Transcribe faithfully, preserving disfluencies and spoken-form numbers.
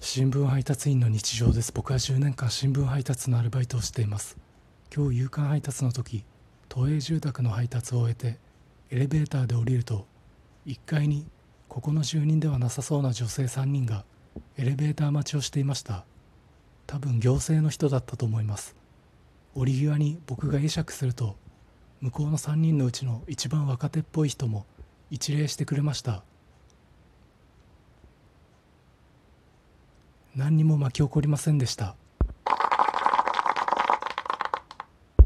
新聞配達員の日常です。僕はじゅうねんかん新聞配達のアルバイトをしています。今日夕刊配達の時、都営住宅の配達を終えてエレベーターで降りると、いっかいにここの住人ではなさそうな女性さんにんがエレベーター待ちをしていました。多分行政の人だったと思います。降り際に僕が会釈すると、向こうのさんにんのうちの一番若手っぽい人も一礼してくれました。何にも巻き起こりませんでした。